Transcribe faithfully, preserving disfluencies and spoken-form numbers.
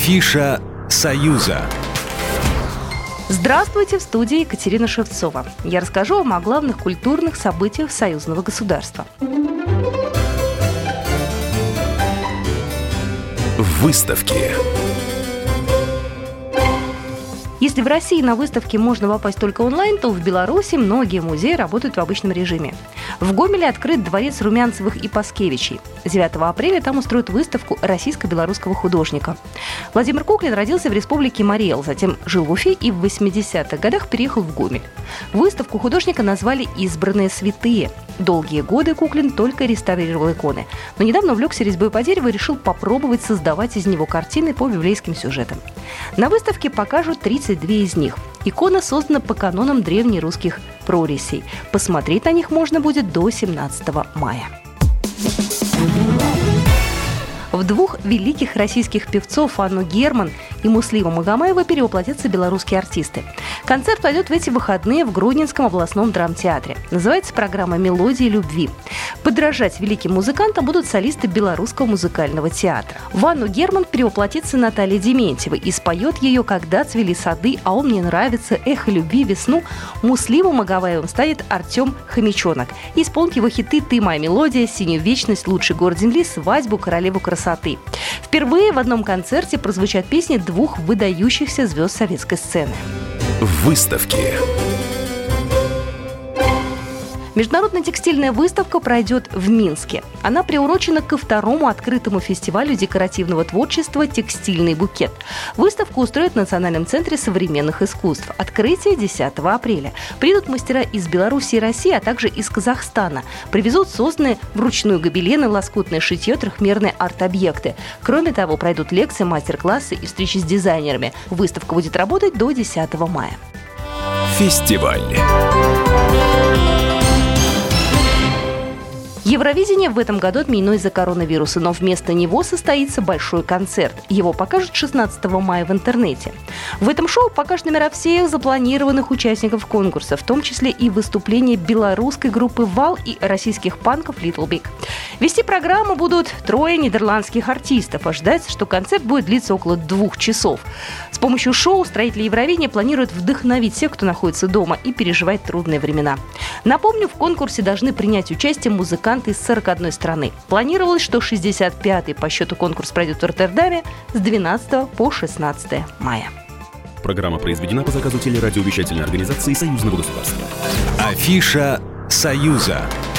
Афиша «Союза». Здравствуйте, в студии Екатерина Шевцова. Я расскажу вам о главных культурных событиях союзного государства. Выставки. Если в России на выставки можно попасть только онлайн, то в Беларуси многие музеи работают в обычном режиме. В Гомеле открыт дворец Румянцевых и Паскевичей. девятого апреля там устроят выставку российско-белорусского художника. Владимир Куклин родился в республике Мариэл, затем жил в Уфе и в восьмидесятых годах переехал в Гомель. Выставку художника назвали «Избранные святые». Долгие годы Куклин только реставрировал иконы, но недавно увлекся резьбой по дереву и решил попробовать создавать из него картины по библейским сюжетам. На выставке покажут тридцать две из них. Икона создана по канонам древнерусских прорисей. Посмотреть на них можно будет до семнадцатого мая. В двух великих российских певцов Анну Герман и Муслима Магомаева перевоплотятся белорусские артисты. Концерт пройдет в эти выходные в Гродненском областном драмтеатре. Называется программа «Мелодии любви». Подражать великим музыкантам будут солисты Белорусского музыкального театра. В Анну Герман перевоплотится Наталья Дементьева и споет ее «Когда цвели сады», «А он мне нравится», «Эхо любви», «Весну». Муслимом Магомаевым станет Артем Хомячонок. И исполнит его хиты «Ты моя мелодия», «Синюю вечность», «Лучший город земли», «Свадьбу», «Королеву красоты». Впервые в одном концерте прозвучат песни двух выдающихся звезд советской сцены. Выставки. Международная текстильная выставка пройдет в Минске. Она приурочена ко второму открытому фестивалю декоративного творчества «Текстильный букет». Выставку устроят в Национальном центре современных искусств. Открытие десятого апреля. Придут мастера из Беларуси и России, а также из Казахстана. Привезут созданные вручную гобелены, лоскутное шитье, трехмерные арт-объекты. Кроме того, пройдут лекции, мастер-классы и встречи с дизайнерами. Выставка будет работать до десятого мая. Фестиваль. Евровидение в этом году отменено из-за коронавируса, но вместо него состоится большой концерт. Его покажут шестнадцатого мая в интернете. В этом шоу покажут номера всех запланированных участников конкурса, в том числе и выступления белорусской группы «Вал» и российских панков «Little Big». Вести программу будут трое нидерландских артистов. Ожидается, что концерт будет длиться около двух часов. С помощью шоу строители Евровидения планируют вдохновить всех, кто находится дома и переживает трудные времена. Напомню, в конкурсе должны принять участие музыканты из сорок одной страны. Планировалось, что шестьдесят пятый по счету конкурс пройдет в Роттердаме с двенадцатого по шестнадцатое мая. Программа произведена по заказу телерадиовещательной организации Союзного государства. Афиша «Союза».